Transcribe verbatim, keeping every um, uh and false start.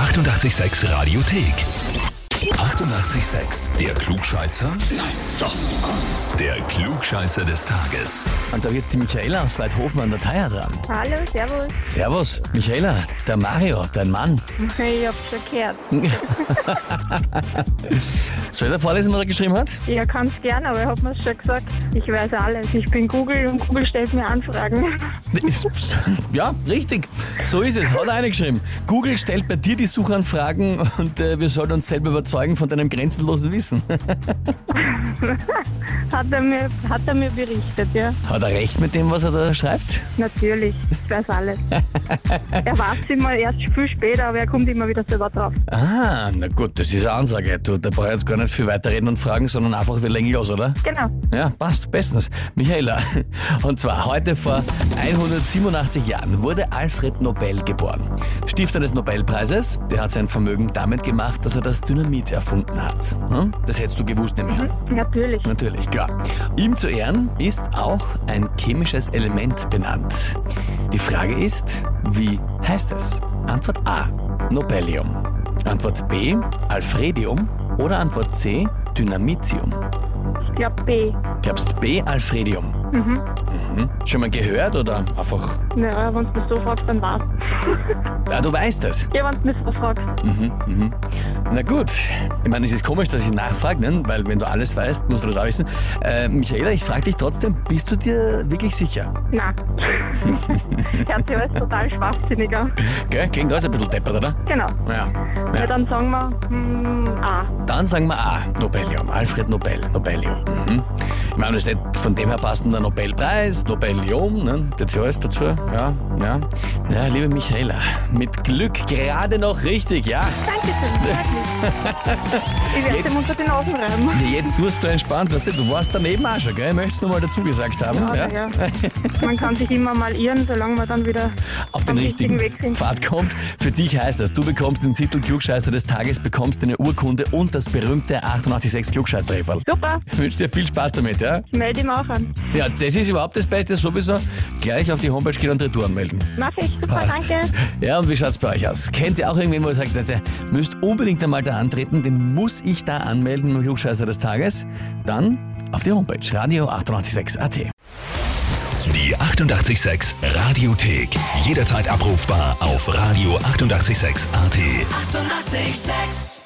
achtundachtzig Komma sechs Radiothek. achtundachtzig Komma sechs. Der Klugscheißer? Nein, doch. Der Klugscheißer des Tages. Und da wird jetzt die Michaela aus Weidhofen an der Theier dran. Hallo, servus. Servus, Michaela, der Mario, dein Mann. Ich hab's schon gehört. Soll ich da vorlesen, was er geschrieben hat? Ja, kann's gern, aber ich hab mir's schon gesagt. Ich weiß alles. Ich bin Google und Google stellt mir Anfragen. Ja, richtig. So ist es, hat er reingeschrieben. Google stellt bei dir die Suchanfragen und äh, wir sollen uns selber überzeugen von deinem grenzenlosen Wissen. Hat er mir, hat er mir berichtet, ja. Hat er recht mit dem, was er da schreibt? Natürlich, ich weiß alles. Er weiß immer erst viel später, aber er kommt immer wieder selber drauf. Ah, na gut, das ist eine Ansage. Du, da brauche ich jetzt gar nicht viel weiterreden und fragen, sondern einfach, wir legen los, oder? Genau. Ja, passt, bestens. Michaela, und zwar heute vor hundertsiebenundachtzig Jahren wurde Alfred Nobel geboren. Stifter des Nobelpreises, der hat sein Vermögen damit gemacht, dass er das Dynamit erfunden hat. Hm? Das hättest du gewusst, nehme ich an. Natürlich. Natürlich, klar. Ihm zu Ehren ist auch ein chemisches Element benannt. Die Frage ist, wie heißt es? Antwort A, Nobelium. Antwort B, Alfredium. Oder Antwort C, Dynamitium. Ich glaub B. Glaubst B, Alfredium? Mhm. Mhm. Schon mal gehört oder einfach... Naja, wenn du mich so fragst, dann war's. Ah, du weißt es. Ja, wenn du mich so fragst. Mhm, mhm. Na gut. Ich meine, es ist komisch, dass ich nachfrage, ne? Weil wenn du alles weißt, musst du das auch wissen. Äh, Michaela, ich frage dich trotzdem, bist du dir wirklich sicher? Nein. Hört sich alles total schwachsinnig an. Gell? Klingt alles ein bisschen deppert, oder? Genau. Ja. Ja, ja. dann sagen wir hm, A. Dann sagen wir A, Nobelium, Alfred Nobel, Nobelium. Mhm. Ich meine, das ist nicht von dem her passend der Nobelpreis, Nobelium, ne? Das ist alles dazu. Ja, ja. Ja, liebe Michaela, mit Glück gerade noch richtig, ja? Dankeschön, wirklich. Ich werde Jetzt- ihm unter den Augen reiben. Nee, jetzt tust du so entspannt, weißt du, du warst daneben auch schon, gell? Ich möchte es nur mal dazu gesagt haben. Ja, ja. Man kann sich immer mal irren, solange man dann wieder Auf den am richtigen Weg sind. Pfad kommt. Für dich heißt das, du bekommst den Titel Klugscheißer des Tages, bekommst eine Urkunde und das berühmte achtundachtzig Komma sechs Klugscheißer-Häferl. Super, Ich wünsche dir viel Spaß damit, ja? ich melde ihn auch an. Ja, das ist überhaupt das Beste, sowieso. Gleich auf die Homepage gehen und Retour anmelden. Mach ich, super, Passt. danke. Ja, und wie schaut's bei euch aus? Kennt ihr auch irgendwen, wo ihr sagt, der müsst unbedingt einmal da antreten, den muss ich da anmelden beim Klugscheißer des Tages? Dann auf die Homepage radio achtundachtzig Komma sechs Punkt at. Die achtundachtzig Komma sechs Radiothek. Jederzeit abrufbar auf radio achtundachtzig Komma sechs Punkt at. achtundachtzig Komma sechs